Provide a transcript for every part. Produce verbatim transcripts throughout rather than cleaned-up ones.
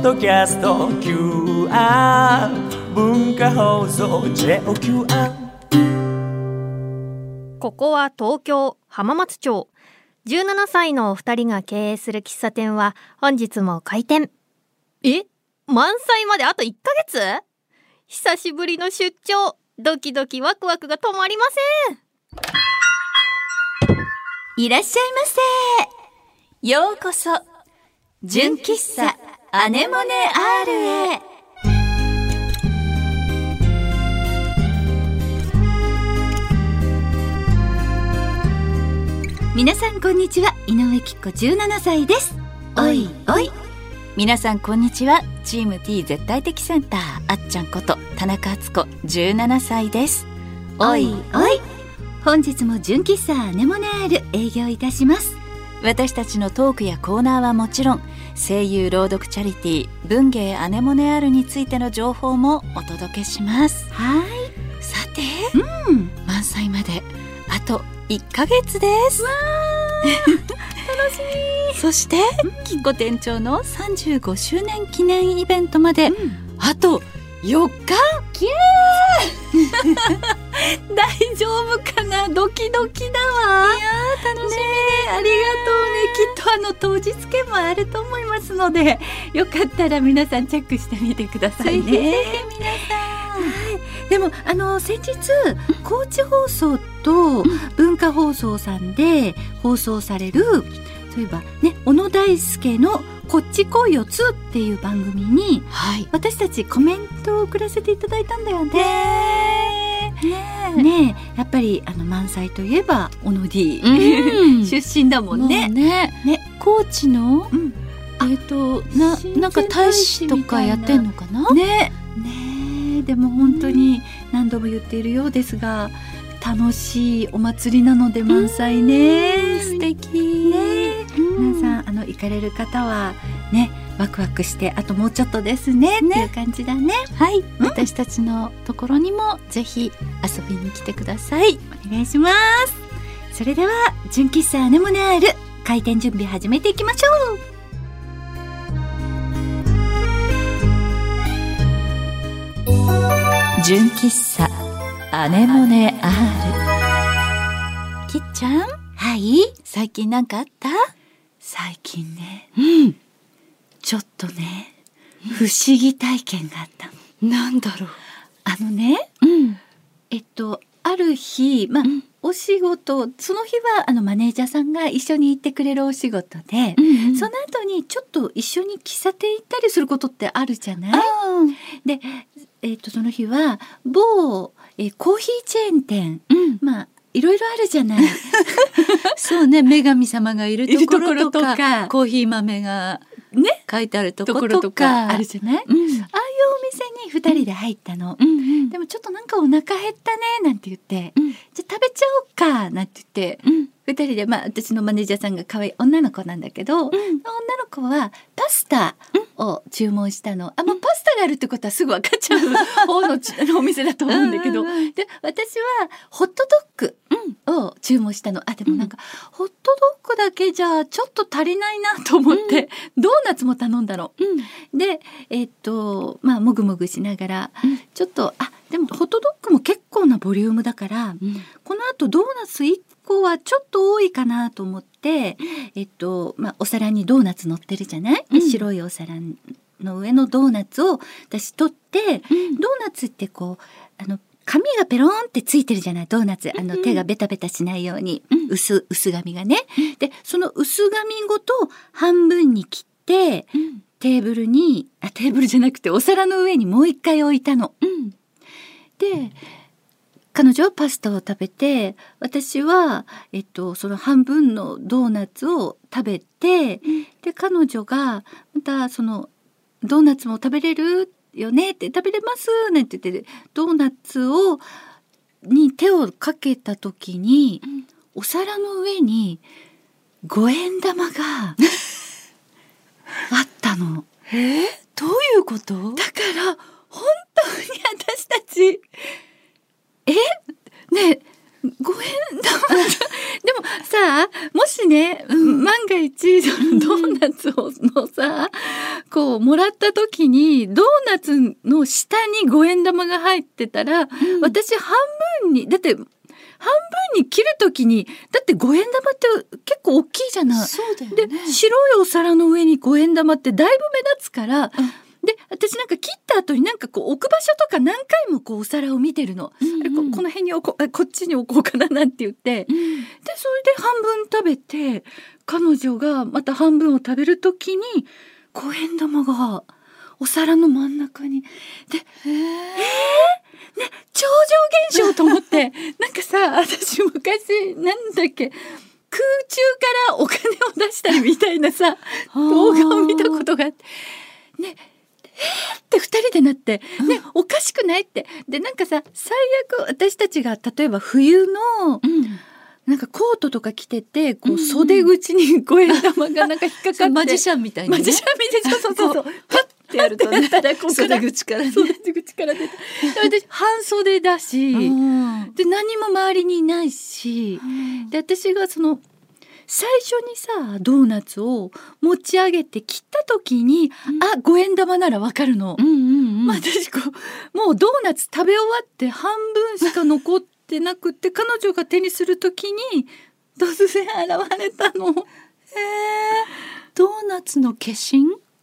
ドキャスト キューアール 文化放送 ジェイオーキューアール。 ここは東京浜松町。じゅうななさいのお二人が経営する喫茶店は本日も開店。え、満載まであといっかげつ？久しぶりの出張、ドキドキワクワクが止まりません。 いらっしゃいませ。ようこそ純喫茶アネモネ アール へ。皆さんこんにちは、井上貴子じゅうななさいです。おいおい。皆さんこんにちは、チーム T 絶対的センターあっちゃんこと田中敦子じゅうななさいです。おいおい。本日も純喫茶アネモネ アール 営業いたします。私たちのトークやコーナーはもちろん、声優朗読チャリティー文芸アネモネ アール についての情報もお届けします。はい。さて、うん、満載まであといっかげつです。わー楽しみ。そしてきっこ店長のさんじゅうごしゅうねん記念イベントまで、うん、あとよっか。キャー大丈夫かな、ドキドキだわ。いやー楽しみね。ありがとうね。きっとあの当日券もあると思いますので、よかったら皆さんチェックしてみてくださいね。皆さん、はい、でもあの先日高知放送と文化放送さんで放送される、そういえばね、小野大輔のこっち来いよツーっていう番組に、はい、私たちコメントを送らせていただいたんだよね。ねえねえ、やっぱりあの満載といえば小野 D、うん、出身だもんね。もうね、ね、高知の、うん、えっとななんか大使とかやってんのかな。ねね、でも本当に何度も言っているようですが、楽しいお祭りなので満載ね。素敵ね。皆さんあの行かれる方はね、ワクワクして、あともうちょっとですね、ねっていう感じだね。はい、うん、私たちのところにもぜひ遊びに来てください。お願いします。それでは純喫茶アネモネ アール 開店準備始めていきましょう。純喫茶アネモネ アール。きっちゃん、はい、最近なんかあった？最近ね、うん、ちょっとね、不思議体験があったの。なんだろう。あのね、うん、えっとある日、まあ、うん、お仕事、その日はあのマネージャーさんが一緒に行ってくれるお仕事で、うんうん、その後にちょっと一緒に喫茶店行ったりすることってあるじゃない。で、えっとその日は某えー、コーヒーチェーン店、うん、まあいろいろあるじゃない。そうね、女神様がいるところと か, とかコーヒー豆がね書いてあるところとかあるじゃない、うん、ああいうお店にふたりで入ったの、うんうん、でもちょっとなんかお腹減ったねなんて言って、うん、じゃあ食べちゃおうかなんて言って、うん、ふたりで、まあ、私のマネージャーさんが可愛い女の子なんだけど、うん、女の子はパスタを注文したの。あ、まあ、パスタがあるってことはすぐ分かっちゃう方 の, のお店だと思うんだけど、うんうんうん、で私はホットドッグを注文したの。あ、でもなんか、うん、ホットドッグだけじゃちょっと足りないなと思って、うん、ドーナツも頼んだの、うん、でえー、っとまあもぐもぐしながら、うん、ちょっとあでもホットドッグも結構なボリュームだから、うん、このあとドーナツいっこはちょっと多いかなと思って、えっとまあ、お皿にドーナツ乗ってるじゃない、うん、白いお皿の上のドーナツを私取って、うん、ドーナツってこうあの紙がペロンってついてるじゃない、ドーナツあの、うん、手がベタベタしないように、うん、薄, 薄紙がね、うん、でその薄紙ごと半分に切って、うん、テーブルにあテーブルじゃなくてお皿の上にもう一回置いたの、うん、で彼女はパスタを食べて、私は、えっと、その半分のドーナツを食べて、うん、で彼女がまたそのドーナツも食べれるよねって食べれますねって言ってドーナツをに手をかけた時に、うん、お皿の上に五円玉があったの。えー、どういうこと？だから本当に私たちえねえ五円玉でもさ、もしね、うん、万が一そのドーナツをのさ、こうもらった時にドーナツの下に五円玉が入ってたら、うん、私半分にだって半分に切る時にだって五円玉って結構大きいじゃない。 そうだよね。 で白いお皿の上に五円玉ってだいぶ目立つから、うん、で私なんか切った後になんかこう置く場所とか何回もこうお皿を見てるの、うんうん、あれ こ, この辺に置こう、こっちに置こうかななんて言って、うん、でそれで半分食べて彼女がまた半分を食べる時に五円玉がお皿の真ん中にで、えー、えー、ね、超常現象と思ってなんかさ、私昔なんだっけ空中からお金を出したりみたいなさ動画を見たことがあってね、えーってふたりでなって、ね、うん、おかしくないってでなんかさ、最悪私たちが例えば冬の、うん、なんかコートとか着ててこう袖口に五円玉がなんか引っかかってマジシャンみたいに、ね、 マジシャンみたいな、そうそうそうパッてやるとね、袖口からね、袖口から出て私半袖だし、うん、で何も周りにいないし、うん、で私がその最初にさドーナツを持ち上げて切った時に、うん、あ五円玉ならわかるの、うんうんうん、まあ、私こうもうドーナツ食べ終わって半分しか残ってなくって彼女が手にする時に突然現れたの。えー、 ドーナツの化身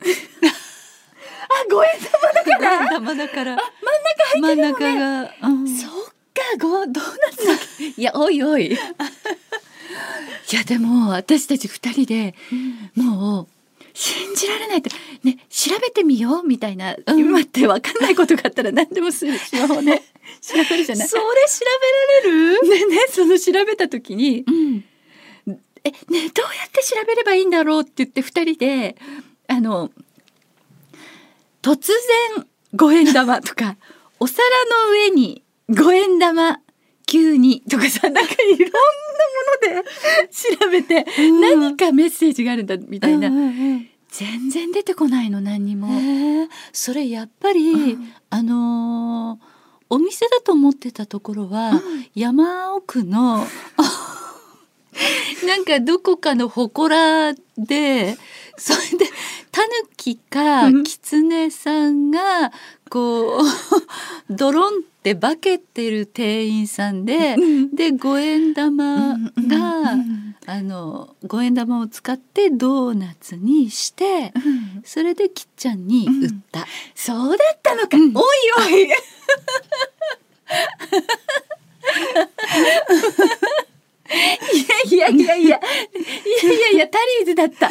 あ、五円玉だから五円玉だからあ、真ん中入ってるよね。 真ん中が、うん、 そっか、ごドーナツいやおいおいいやでも私たち二人で、うん、もう信じられないってね、調べてみようみたいな、うん、今って分かんないことがあったら何でもするスマホね調べるじゃない。 それ調べられるねね、その調べた時に、うん、えね、どうやって調べればいいんだろうって言って二人であの突然五円玉とかお皿の上に五円玉急にとかさ、なんかいろんなもので調べて、うん、何かメッセージがあるんだみたいな、うんうんうん、全然出てこないの、何にも。 それやっぱり、うん、あのー、お店だと思ってたところは、うん、山奥のなんかどこかの祠で、それでタヌキかキツネさんがこうドロンって化けてる店員さんで、うん、で五円玉が、うんうん、あの五円玉を使ってドーナツにして、うん、それできっちゃんに売った、うん、 そうだったのか、うん、おいおいいやいやいやいやいやいやいやタリーズだった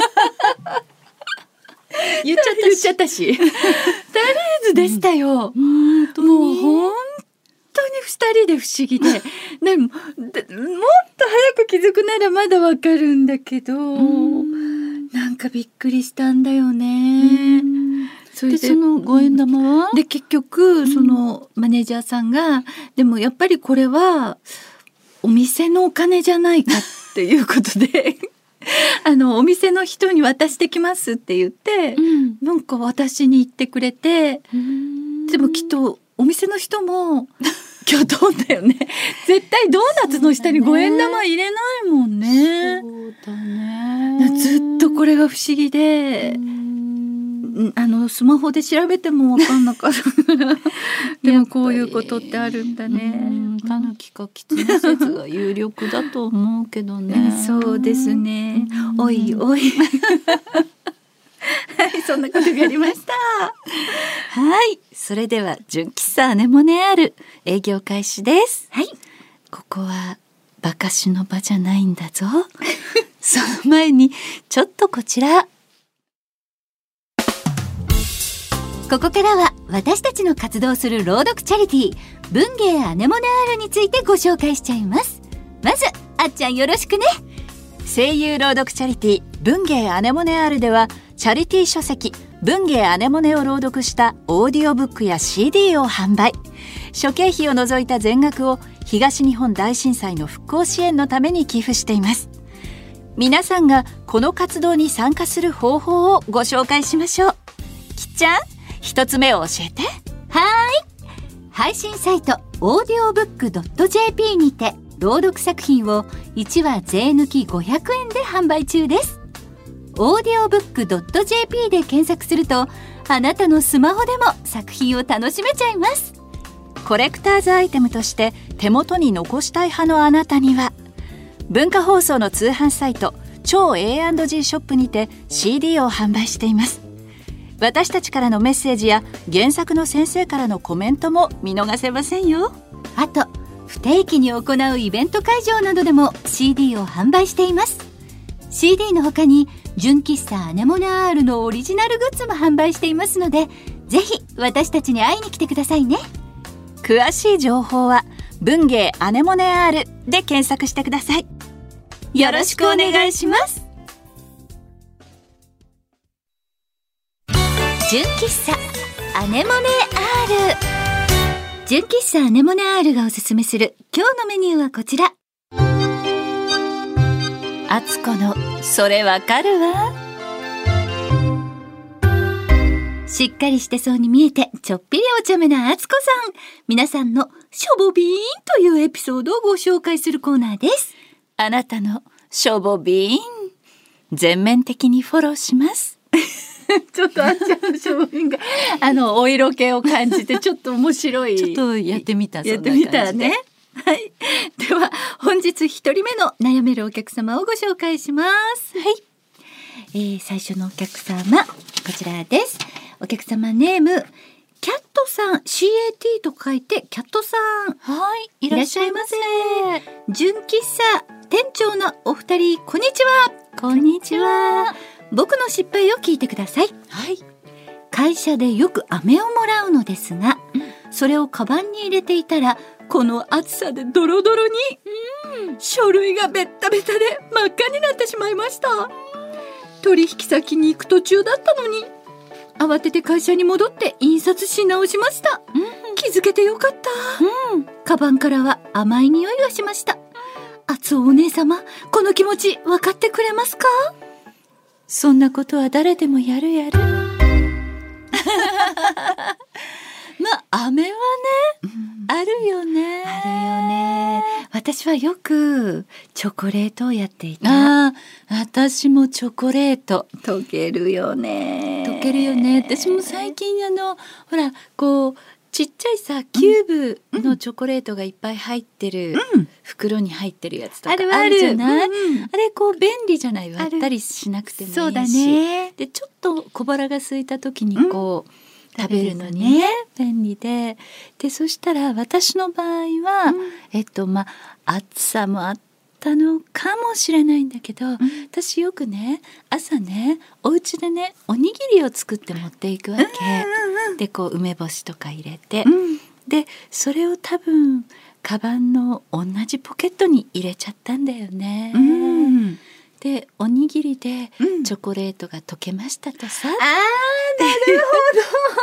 言っちゃったし言っちゃったしタリーズでしたよ、うん、もう本当に二人で不思議ででも、もっと早く気づくならまだわかるんだけど、うん、なんかびっくりしたんだよね。 それで、でその五円玉はで結局そのマネージャーさんが、でもやっぱりこれはお店のお金じゃないかっていうことであのお店の人に渡してきますって言って、うん、なんか私に言ってくれて、でもきっとお店の人も今日どうだよね絶対ドーナツの下に五円玉入れないもんね。 そうだね。 ずっとこれが不思議で、あのスマホで調べても分かんなかったでもこういうことってあるんだね。 タヌキかキツネ説が有力だと思うけどねそうですね、おいおいはい、そんなことがありましたはい、それでは純喫茶アネモネアール営業開始です。 はい、 ここはバカしの場じゃないんだぞその前にちょっとこちら、 ここからは私たちの活動する朗読チャリティー文芸アネモネアールについてご紹介しちゃいます。まずあっちゃんよろしくね。 声優朗読チャリティー文芸アネモネアールではチャリティー書籍文芸アネモネを朗読したオーディオブックや シーディー を販売。諸経費を除いた全額を東日本大震災の復興支援のために寄付しています。皆さんがこの活動に参加する方法をご紹介しましょう。きっちゃん一つ目を教えて。 はーい、配信サイトオーディオブックドットジェーピー にて朗読作品をいちわ税抜きごひゃくえんで販売中です。オーディオブックドットジェーピー で検索すると、あなたのスマホでも作品を楽しめちゃいます。 コレクターズアイテムとして手元に残したい派のあなたには、文化放送の通販サイト超 エーアンドジー ショップにて シーディー を販売しています。私たちからのメッセージや原作の先生からのコメントも見逃せませんよ。 あと不定期に行うイベント会場などでも シーディー を販売しています。 シーディー の他に純喫茶アネモネアールのオリジナルグッズも販売していますので、ぜひ私たちに会いに来てくださいね。 詳しい情報は文芸アネモネアールで検索してください。よろしくお願いします。 純喫茶アネモネアール。純喫茶アネモネアールがおすすめする今日のメニューはこちら。 あつこのそれわかるわ。 しっかりしてそうに見えてちょっぴりお茶目なあつこさん、皆さんのしょぼびーんというエピソードをご紹介するコーナーです。 あなたのしょぼびーん全面的にフォローしますちょっとあっちゃんのしょぼびんがあのお色気を感じてちょっと面白いちょっとやってみたやってみたらね。はい、では本日一人目の悩めるお客様をご紹介します。はい、えー、最初のお客様こちらです。お客様ネームキャットさん、 シーエーティー と書いてキャットさん。 はい、いらっしゃいませ。 純喫茶店長のお二人、こんにちは。 こんにちは。 僕の失敗を聞いてください。 はい。 会社でよく飴をもらうのですが、うん、それをカバンに入れていたらこの暑さでドロドロに、うん、書類がベッタベタで真っ赤になってしまいました。取引先に行く途中だったのに、慌てて会社に戻って印刷し直しました、うん、気づけてよかった、うん、カバンからは甘い匂いがしました。厚尾お姉様、この気持ち分かってくれますか？ そんなことは誰でもやるやるまあ飴はね、うん、あるよね。 あるよね。私はよくチョコレートをやっていた。 ああ、私もチョコレート溶けるよね。 溶けるよね。私も最近あのほらこうちっちゃいさキューブのチョコレートがいっぱい入ってる、うん、袋に入ってるやつとかあるじゃない？うんうん、あれこう便利じゃない？割ったりしなくてもいいし。そうだね。でちょっと小腹が空いた時にこう、うん、食べるのにね便利で、でそしたら私の場合は、うん、えっとまあ暑さもあったのかもしれないんだけど、うん、私よくね朝ねお家でねおにぎりを作って持っていくわけ、うんうんうん、でこう梅干しとか入れて、うん、でそれを多分カバンの同じポケットに入れちゃったんだよね、うん、でおにぎりでチョコレートが溶けましたとさ、うん、あーなるほど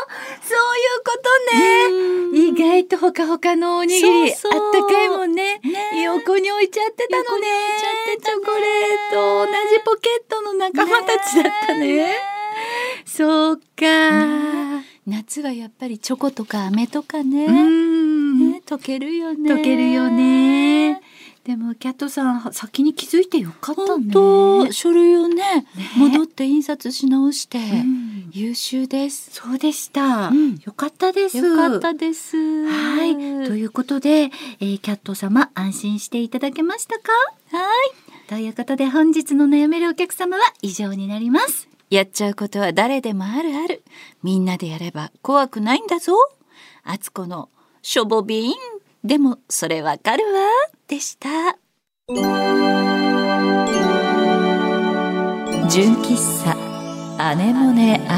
そういうことね、うん、意外とほかほかのおにぎりそうそうあったかいもん ね, ね横に置いちゃってたのね。チョコレート同じポケットの仲間たちだったね。ねそうか、 うん、夏はやっぱりチョコとか飴とか ね, うんね溶けるよね。 溶けるよね。でもキャットさん先に気づいてよかったね。 本当書類を ね, ね戻って印刷し直して、うん、優秀です。 そうでした、うん、よかったです。 よかったです。 はい、ということで、えー、キャット様安心していただけましたか？はいということで本日の悩めるお客様は以上になります。 やっちゃうことは誰でもあるある。みんなでやれば怖くないんだぞ。あつこのしょぼびんでもそれわかるわでした。純喫茶アネモネ ア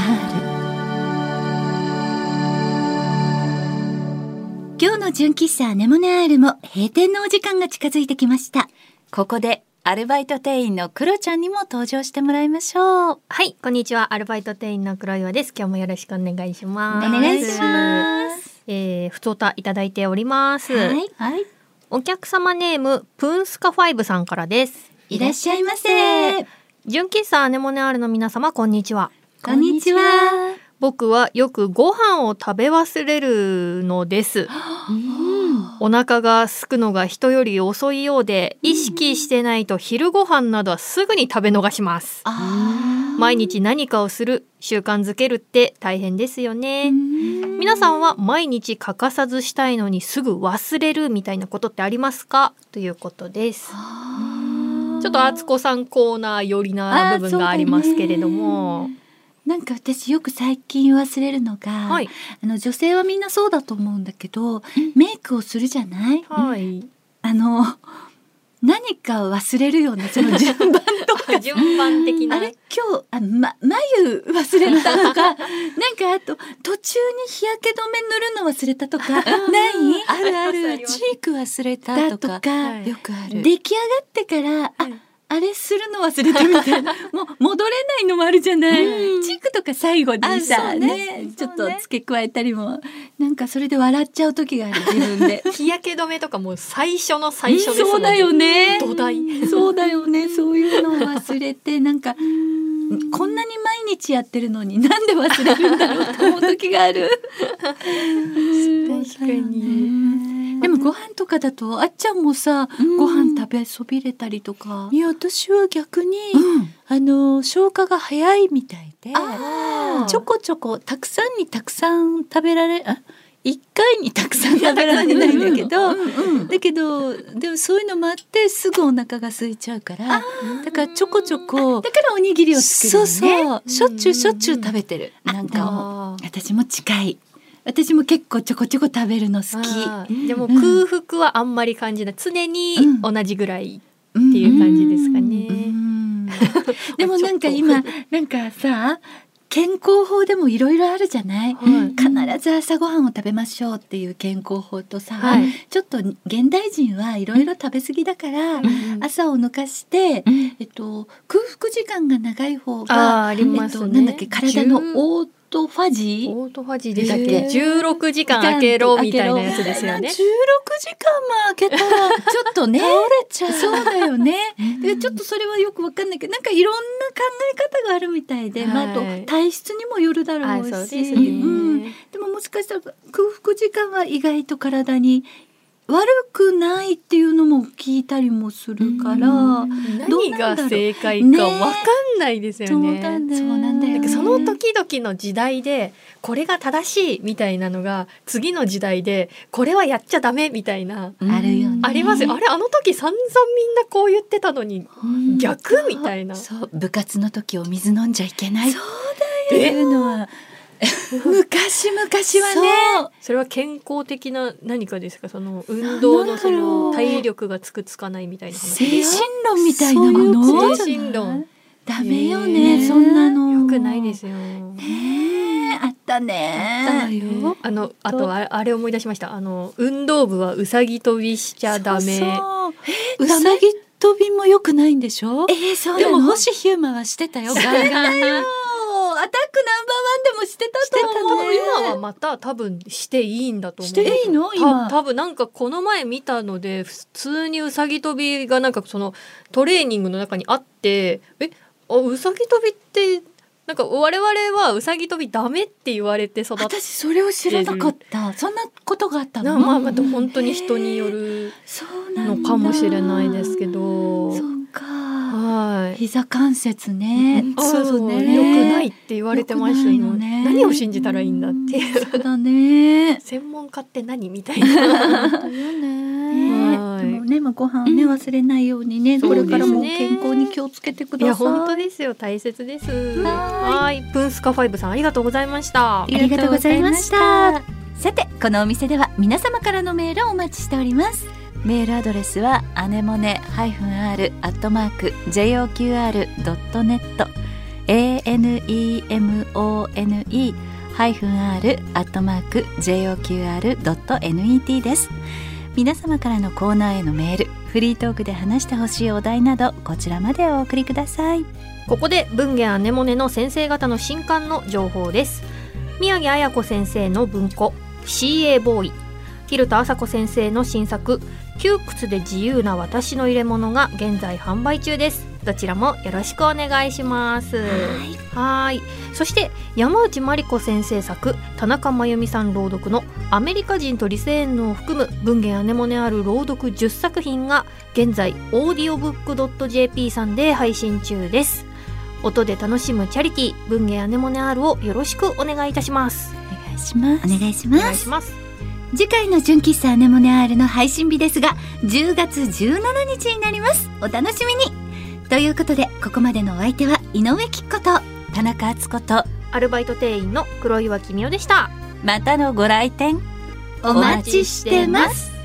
ール。今日の純喫茶アネモネ アール も閉店のお時間が近づいてきました。 ここでアルバイト店員のクロちゃんにも登場してもらいましょう。 はい、こんにちは。アルバイト店員の黒岩です。今日もよろしくお願いします。 お願いします。 えー、ふつおたいただいております。 はい、はい、 お客様ネームプンスカファイブさんからです。 いらっしゃいませ。 純喫茶アネモネ アール の皆様こんにちは。 こんにちは。 僕はよくご飯を食べ忘れるのです。うんお腹が空くのが人より遅いようで、意識してないと昼ご飯などはすぐに食べ逃します。毎日何かをする習慣づけるって大変ですよね。皆さんは毎日欠かさずしたいのにすぐ忘れるみたいなことってありますか、ということです。ちょっとあつこさんコーナー寄りな部分がありますけれども、 なんか私よく最近忘れるのが、はい、あの女性はみんなそうだと思うんだけど、メイクをするじゃない、はい、あの何か忘れるよね、その順番とか順番的な、 あれ今日あ、ま、眉忘れたとかなんかあと途中に日焼け止め塗るの忘れたとかない？ あるある、チーク忘れたとか、 だとか、はい、よくある。出来上がってから、はい、ああれするの忘れたみたいなもう戻れないのもあるじゃない、うん、チークとか最後にさ、ねね、ちょっと付け加えたりも、なんかそれで笑っちゃう時がある自分で日焼け止めとかもう最初の最初ですもんね。 そうだよね、 土台そうだよね、そういうのを忘れてなんかこんなに毎日やってるのになんで忘れるんだろうと思う時がある確かに。 でもご飯とかだとあっちゃんもさ、うん、ご飯食べそびれたりとか。 いや私は逆に、うん、あの消化が早いみたいで、ちょこちょこたくさんにたくさん食べられあ一回にたくさん食べられないんだけどうん、うん、だけどでもそういうのもあってすぐお腹が空いちゃうから、だからちょこちょこ、 だからおにぎりを作るのね。 そうそう、しょっちゅうしょっちゅう食べてる。なんか私も近い。私も結構ちょこちょこ食べるの好き。 でも空腹はあんまり感じない、常に同じぐらいっていう感じですかね、うんうん、 でもなんか今なんかさ健康法でもいろいろあるじゃない、はい、必ず朝ごはんを食べましょうっていう健康法とさ、はい、ちょっと現代人はいろいろ食べ過ぎだから、うん、朝を抜かして、うん、えっと、空腹時間が長い方があ, ありますね、 えっと、なんだっけ、体のオートファジーオートファジーでしたっけ、じゅうろくじかん空けろみたいなやつですよね。 じゅうろくじかんも空けたらちょっとね倒れちゃう。そうだよねでちょっとそれはよくわかんないけど、なんかいろんな考え方があるみたいで、はい、まあ、あと体質にもよるだろうし、 そうですね、うん、 でももしかしたら空腹時間は意外と体に悪くないっていうのも聞いたりもするから、 何が正解か分かんないですよね。 そうなんだよね。 その時々の時代でこれが正しいみたいなのが次の時代でこれはやっちゃダメみたいな、 あるよね。 ありますよ。あれあの時散々みんなこう言ってたのに逆みたいな。 そう部活の時お水飲んじゃいけない。 そうだよ。っていうのは昔昔はね、 そ, それは健康的な何かですか、その運動のその体力がつくつかないみたいな話。 精神論みたいなもの。 精神論ダメよね、そんなのよくないですよね。あったね。 あったよ。あのあとあれ思い出しました。あの運動部はうさぎ跳びしちゃダメ。そうそう、 えうさぎ跳びもよくないんでしょ。 えー、そうでも星ヒューマンはしてたよ。 してたよアタックナンバーワンでもしてたと思う。 今はまた多分していいんだと思う。 していいの今。 多分なんかこの前見たので普通にうさぎ跳びがなんかそのトレーニングの中にあって、えあうさぎ跳びってなんか我々はうさぎ跳びダメって言われて育ってる。 私それを知らなかった。そんなことがあったの。 まあまあ本当に人によるのかもしれないですけど。 そうか。 はい。 膝関節ね。 うん、そうね。良くないって言われてましたよね。何を信じたらいいんだっていう。 そうだね。 専門家って何みたいな。 だよね。はい。でもね、まあ、ご飯ね、うん、忘れないようにね、これからも健康に気をつけてください。いや本当ですよ、大切です。はい。プンスカファイブさんありがとうございました。 ありがとうございました。さてこのお店では皆様からのメールをお待ちしております。 メールアドレスはアネモネ -r アットマーク ジェイオーキューアール ドットネット アネモネ -r アットマーク ジェイオーキューアール ドットネット です。皆様からのコーナーへのメール、フリートークで話してほしいお題などこちらまでお送りください。 ここで文芸アネモネの先生方の新刊の情報です。宮城彩子先生の文庫 シーエー ボーイ、蛭田麻子先生の新作窮屈で自由な私の入れ物が現在販売中です。 どちらもよろしくお願いします。はい。そして山内真理子先生作、田中真由美さん朗読のアメリカ人とリセーヌを含む文芸アネモネある朗読じゅっさく品が現在オーディオブックドットジェーピー さんで配信中です。音で楽しむチャリティー文芸アネモネ R をよろしくお願いいたします。 お願いします。お願いします。 お願いします。 次回の純喫茶アネモネ R の配信日ですがじゅうがつじゅうしちにちになります。お楽しみに。ということでここまでのお相手は井上貴子と田中敦子とアルバイト店員の黒岩君代でした。 またのご来店お待ちしてます。